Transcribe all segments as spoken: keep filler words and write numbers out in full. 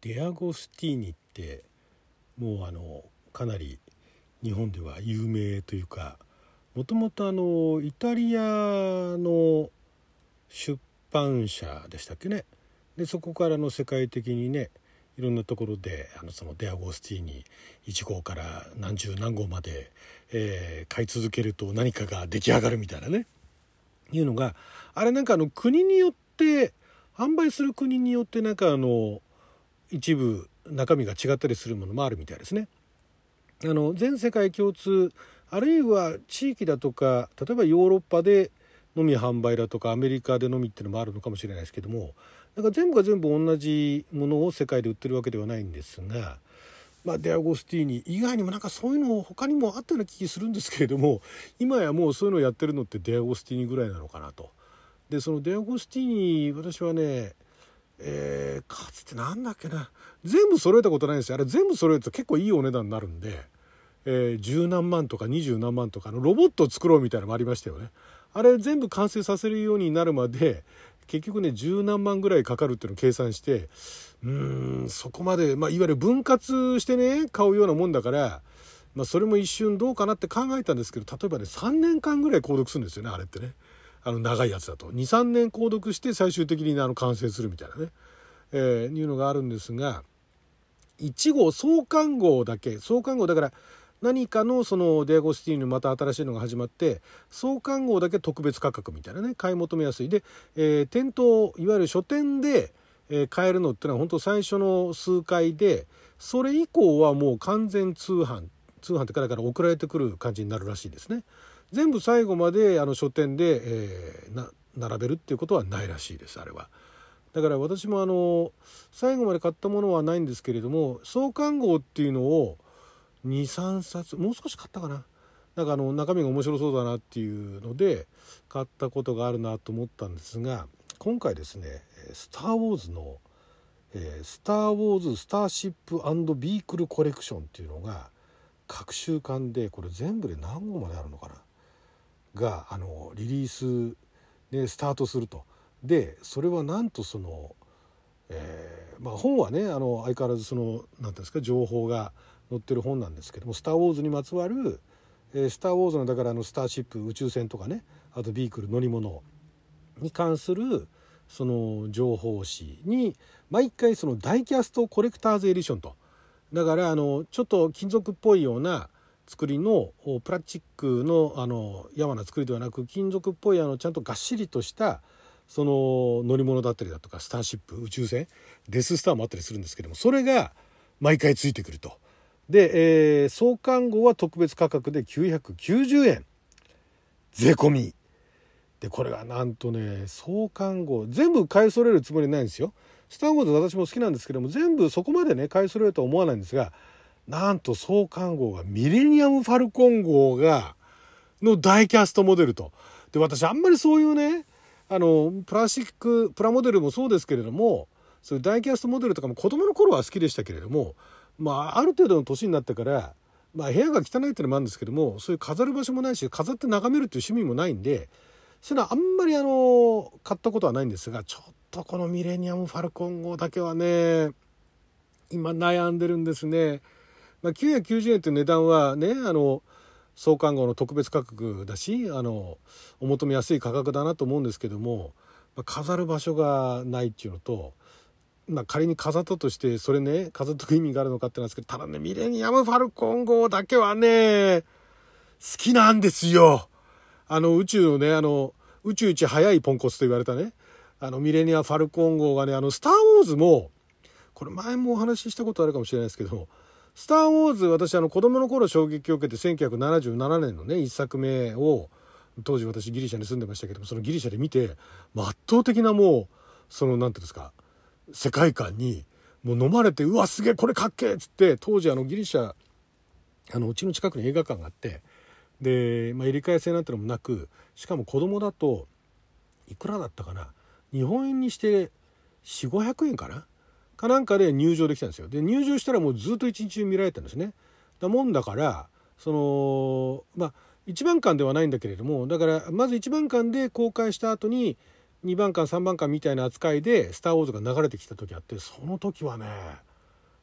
デアゴスティーニってもうあのかなり日本では有名というか、もともとあのイタリアの出版社でしたっけね。でそこからの世界的にね、いろんなところであのそのデアゴスティーニいち号から何十何号まで、えー、買い続けると何かが出来上がるみたいなね、いうのがあれなんかあの国によって販売する国によってなんかあの一部中身が違ったりするものもあるみたいですね。あの全世界共通、あるいは地域だとか、例えばヨーロッパでのみ販売だとかアメリカでのみっていうのもあるのかもしれないですけども、なんか全部が全部同じものを世界で売ってるわけではないんですが、まあ、デアゴスティーニ以外にもなんかそういうの他にもあったような気がするんですけれども、今やもうそういうのをやってるのってデアゴスティーニぐらいなのかなと。でそのデアゴスティーニ、私はね、えー、かつてなんだっけな、全部揃えたことないんですよ。あれ全部揃えると結構いいお値段になるんで、えー、十何万とか二十何万とかのロボットを作ろうみたいなのもありましたよね。あれ全部完成させるようになるまで結局ね十何万ぐらいかかるっていうのを計算して、うーんそこまで、まあ、いわゆる分割してね買うようなもんだから、まあ、それも一瞬どうかなって考えたんですけど、例えばねさんねんかんぐらい購読するんですよね、あれってね。あの長いやつだと に,さん 年購読して最終的にあの完成するみたいなね、えー、いうのがあるんですが、いち号創刊号だけ、創刊号だから何かのそのデアゴスティーニのまた新しいのが始まって、創刊号だけ特別価格みたいなね、買い求めやすいで、えー、店頭いわゆる書店で、えー、買えるのってのは本当最初の数回で、それ以降はもう完全通販通販ってからから送られてくる感じになるらしいですね。全部最後まであの書店で、えー、な並べるっていうことはないらしいです、あれは。だから私もあの最後まで買ったものはないんですけれども、創刊号っていうのをにさんさつもう少し買ったかな、なんかあの中身が面白そうだなっていうので買ったことがあるなと思ったんですが、今回ですねスター・ウォーズの、えー、スター・ウォーズ・スターシップ&ビークルコレクションっていうのが各週間で、これ全部で何号まであるのかながあのリリースでスタートすると。でそれはなんとその、えーまあ、本はねあの相変わらずそのなんていうんですか情報が載ってる本なんですけども、スター・ウォーズにまつわる、えー、スター・ウォーズのだからあのスターシップ宇宙船とかね、あとビークル乗り物に関するその情報誌に毎回そのダイキャストコレクターズエディションと、だからあのちょっと金属っぽいような作りのプラスチックのあのやわな作りではなく、金属っぽいあのちゃんとがっしりとしたその乗り物だったりだとか、スターシップ宇宙船デススターもあったりするんですけども、それが毎回ついてくると。で、えー、創刊号は特別価格できゅうひゃくきゅうじゅうえん税込みで、これがなんとね創刊号全部買い揃えるつもりないんですよ。スター・ウォーズ私も好きなんですけども、全部そこまでね買い揃えるとは思わないんですが、なんと創刊号がミレニアム・ファルコン号がのダイキャストモデルと。で私あんまりそういうねあのプラスチックプラモデルもそうですけれども、そういうダイキャストモデルとかも子供の頃は好きでしたけれども、まあある程度の年になってから、まあ、部屋が汚いっていうのもあるんですけども、そういう飾る場所もないし飾って眺めるっていう趣味もないんで、そういうのはあんまりあの買ったことはないんですが、ちょっとこのミレニアム・ファルコン号だけはね今悩んでるんですね。まあ、きゅうひゃくきゅうじゅうえんという値段はねあの創刊号の特別価格だし、あのお求めやすい価格だなと思うんですけども、まあ、飾る場所がないっていうのと、まあ、仮に飾ったとしてそれね飾っとく意味があるのかってなんですけど、ただねミレニアム・ファルコン号だけはね好きなんですよ。あの宇宙のねあの宇宙一速いポンコツと言われたねあのミレニアム・ファルコン号がね、あのスター・ウォーズもこれ前もお話ししたことあるかもしれないですけど、スター・ウォーズ私あの子供の頃衝撃を受けてせんきゅうひゃくななじゅうななねんのねいっさくめを当時私ギリシャに住んでましたけども、そのギリシャで見て圧倒的なもうそのなんていうんですか世界観にもう飲まれて、うわすげえこれかっけえっつって、当時あのギリシャあのうちの近くに映画館があって、で、まあ、入れ替え制なんてのもなく、しかも子供だといくらだったかな、日本円にしてよんひゃくごひゃくえんかなかなんかで入場できたんですよ。で入場したらもうずっと一日中見られたんですね。だもんだからそのまあいちばんかんではないんだけれども、だからまずいちばんかんで公開した後ににばんかんさんばんかんみたいな扱いでスター・ウォーズが流れてきた時あって、その時はね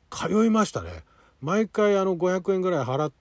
通いましたね。毎回あのごひゃくえんぐらい払って、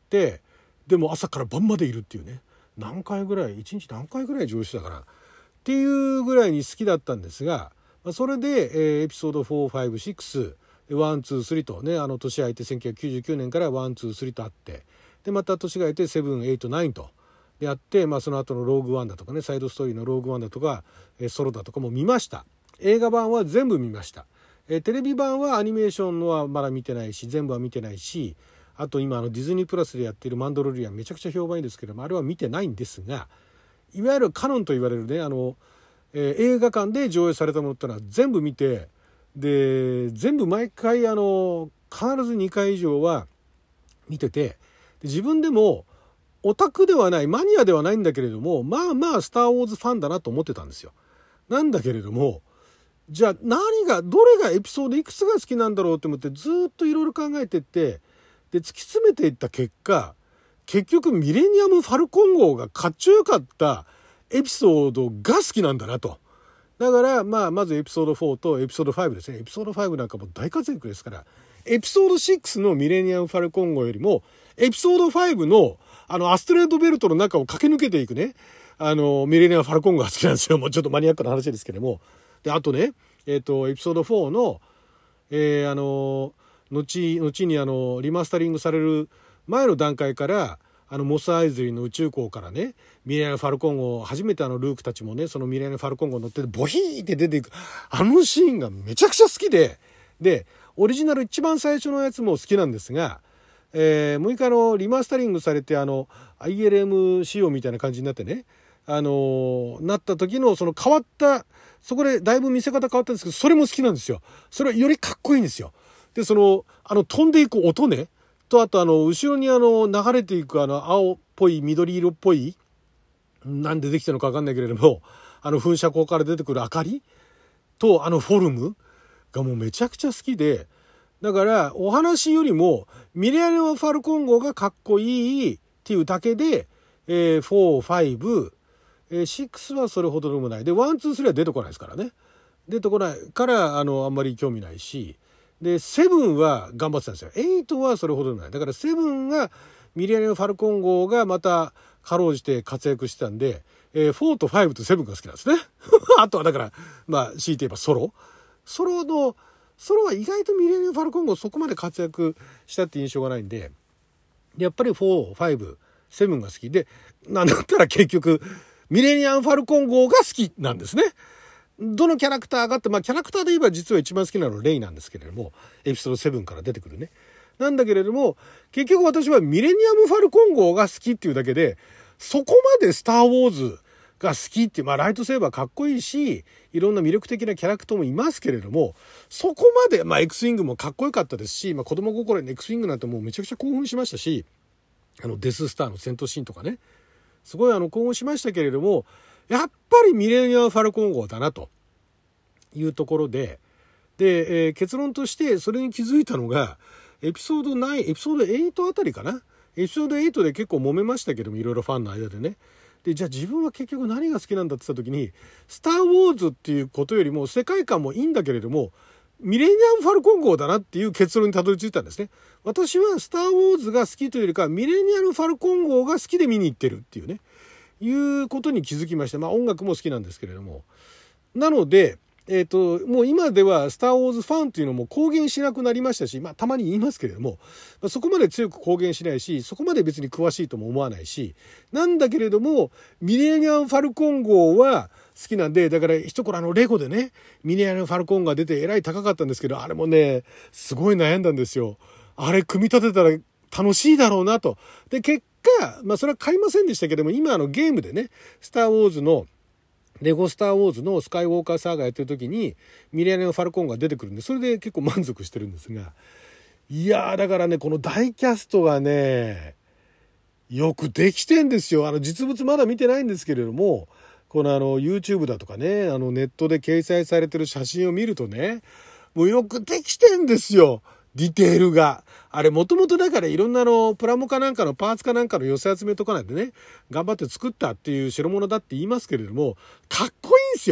でも朝から晩までいるっていうね、何回ぐらいいちにち何回ぐらい上映してたかなっていうぐらいに好きだったんですが、それで、えー、エピソードフォー、ファイブ、シックス、ワン、ツー、スリーとね、あの年が空いてせんきゅうひゃくきゅうじゅうきゅうねんからワン、ツー、スリーとあって、でまた年が空いてセブン、エイト、ナインとやって、まあ、その後のローグワンだとかね、サイドストーリーのローグワンだとか、えー、ソロだとかも見ました。映画版は全部見ました。えー、テレビ版はアニメーションのはまだ見てないし、全部は見てないし、あと今あのディズニープラスでやっているマンドロリアンめちゃくちゃ評判いいんですけども、あれは見てないんですが、いわゆるカノンと言われるね、あの、えー、映画館で上映されたものってのは全部見て、で全部毎回あの必ずにかい以上は見てて、で自分でもオタクではない、マニアではないんだけれども、まあまあスター・ウォーズファンだなと思ってたんですよ。なんだけれども、じゃあ何がどれがエピソードいくつが好きなんだろうと思ってずっといろいろ考えてって、で突き詰めていった結果、結局ミレニアム・ファルコン号がかっちょよかったエピソードが好きなんだなと。だからまあまずエピソードフォーとエピソードファイブですね。エピソードファイブなんかも大活躍ですから、エピソードシックスのミレニアム・ファルコン号よりもエピソードファイブのあのアストレートベルトの中を駆け抜けていくね、あのミレニアム・ファルコン号が好きなんですよ。もうちょっとマニアックな話ですけども。であとね、えっとエピソードフォーの、えー、あの後後にあのリマスタリングされる前の段階から、あのモス・アイズリーの宇宙港からね、ミレニアム・ファルコン号、初めてあのルークたちもね、そのミレニアム・ファルコン号乗ってボヒーって出ていくあのシーンがめちゃくちゃ好きで、でオリジナル一番最初のやつも好きなんですが、えー、もう一回のリマスタリングされて、あの アイエルエム 仕様みたいな感じになってね、あのー、なった時のその変わった、そこでだいぶ見せ方変わったんですけど、それも好きなんですよ。それはよりかっこいいんですよ。でそのあの飛んでいく音ね、とあとあの後ろにあの流れていくあの青っぽい緑色っぽい、なんでできたのか分かんないけれども、あの噴射口から出てくる明かりとあのフォルムがもうめちゃくちゃ好きで、だからお話よりもミレニアム・ファルコン号がかっこいいっていうだけで、えー、フォー、ファイブ、えー、シックスはそれほどでもないで、ワン、ツー、スリーは出てこないですからね。出てこないからあのあんまり興味ないし、でセブンは頑張ってたんですよ。エイトはそれほどでもない。だからセブンがミレニアム・ファルコン号がまたかろうじて活躍してたんで、えー、フォーとファイブとセブンが好きなんですね。あとはだからまあ強いて言えばソロソロのソロは意外とミレニアム・ファルコン号そこまで活躍したって印象がないんで、やっぱりフォー、ファイブ、セブンが好きで、なんだったら結局ミレニアム・ファルコン号が好きなんですね。どのキャラクターがあって、まあキャラクターで言えば実は一番好きなのはレイなんですけれども、エピソードセブンから出てくるね。なんだけれども、結局私はミレニアム・ファルコン号が好きっていうだけで、そこまでスター・ウォーズが好きっていう、まあライトセーバーかっこいいし、いろんな魅力的なキャラクターもいますけれども、そこまで、まあ X ウィングもかっこよかったですし、まあ子供心に X ウィングなんてもうめちゃくちゃ興奮しましたし、あのデススターの戦闘シーンとかね、すごいあの興奮しましたけれども、やっぱりミレニアム・ファルコン号だなというところで、で、えー、結論としてそれに気づいたのがエピソードナイン、エピソードエイトあたりかな。エピソードエイトで結構揉めましたけども、いろいろファンの間でね。でじゃあ自分は結局何が好きなんだって言った時に、スター・ウォーズっていうことよりも世界観もいいんだけれども、ミレニアム・ファルコン号だなっていう結論にたどり着いたんですね。私はスター・ウォーズが好きというよりかミレニアム・ファルコン号が好きで見に行ってるっていうね、いうことに気づきまして、まあ音楽も好きなんですけれども、なのでえっと、もう今ではスター・ウォーズファンっていうのも公言しなくなりましたし、まあたまに言いますけれども、まあ、そこまで強く公言しないし、そこまで別に詳しいとも思わないし、なんだけれども、ミレニアム・ファルコン号は好きなんで、だから一頃あのレゴでね、ミレニアム・ファルコンが出てえらい高かったんですけど、あれもね、すごい悩んだんですよ。あれ組み立てたら楽しいだろうなと。で、結果、まあそれは買いませんでしたけども、今あのゲームでね、スター・ウォーズのレゴスター・ウォーズのスカイウォーカーサーガやってる時にミレニアム・ファルコンが出てくるんで、それで結構満足してるんですが、いやーだからね、この大キャストがねよくできてんですよ。あの実物まだ見てないんですけれども、このあの YouTube だとかね、あのネットで掲載されてる写真を見るとね、もうよくできてんですよ、ディテールが。あれもともとだからいろんなのプラモかなんかのパーツかなんかの寄せ集めとかなんでね、頑張って作ったっていう代物だって言いますけれども、かっこいいんですよ。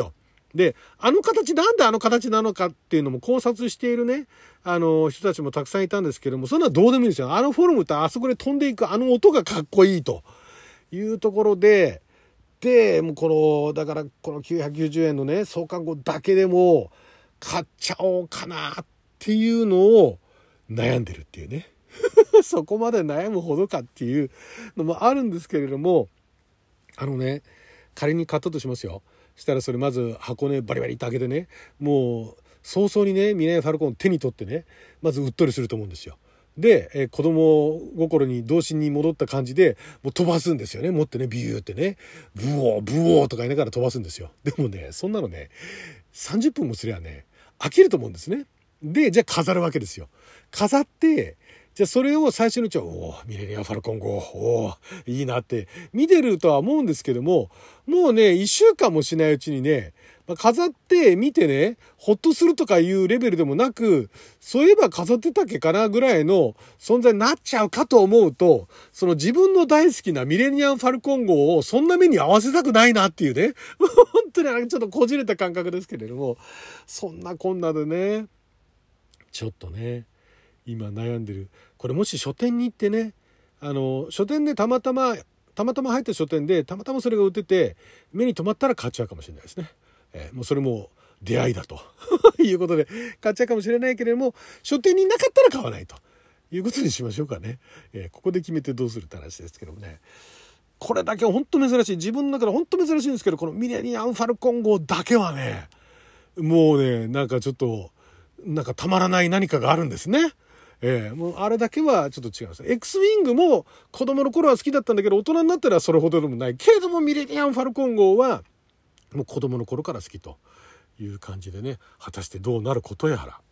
で、あの形、なんであの形なのかっていうのも考察しているね、あの人たちもたくさんいたんですけども、そんなのどうでもいいんですよ。あのフォルムとあそこで飛んでいくあの音がかっこいいというところで、で、もうこの、だからこのきゅうひゃくきゅうじゅうえんのね、創刊号だけでも買っちゃおうかなっていうのを悩んでるっていうね。そこまで悩むほどかっていうのもあるんですけれども、あのね、仮に買ったとしますよ。したらそれまず箱根バリバリって開けてね、もう早々にねミレニアムファルコンを手に取ってね、まずうっとりすると思うんですよ。で、えー、子供心に童心に戻った感じでもう飛ばすんですよね。持ってねビューってね、ブオーブオーとか言いながら飛ばすんですよ。でもね、そんなのねさんじゅっぷんもすりゃね飽きると思うんですね。で、じゃあ飾るわけですよ。飾ってじゃあそれを最初のうちは、おー、ミレニアムファルコン号、おー、いいなって見てるとは思うんですけども、もうね、一週間もしないうちにね、まあ、飾って見てね、ほっとするとかいうレベルでもなく、そういえば飾ってたっけかなぐらいの存在になっちゃうかと思うと、その自分の大好きなミレニアムファルコン号をそんな目に合わせたくないなっていうね、本当にちょっとこじれた感覚ですけれども、そんなこんなでね、ちょっとね、今悩んでる。これもし書店に行ってね、あの書店でたまたまたまたま入った書店でたまたまそれが売ってて目に留まったら買っちゃうかもしれないですね。えー、もうそれも出会いだということで買っちゃうかもしれないけれども、書店になかったら買わないということにしましょうかね。えー、ここで決めてどうするって話ですけどもね。これだけ本当珍しい、自分の中で本当珍しいんですけど、このミレニアムファルコン号だけはね、もうね、なんかちょっとなんかたまらない何かがあるんですね。えー、もうあれだけはちょっと違います。X ウィングも子供の頃は好きだったんだけど、大人になったらそれほどでもないけれども、ミレニアムファルコン号はもう子供の頃から好きという感じでね、果たしてどうなることやら。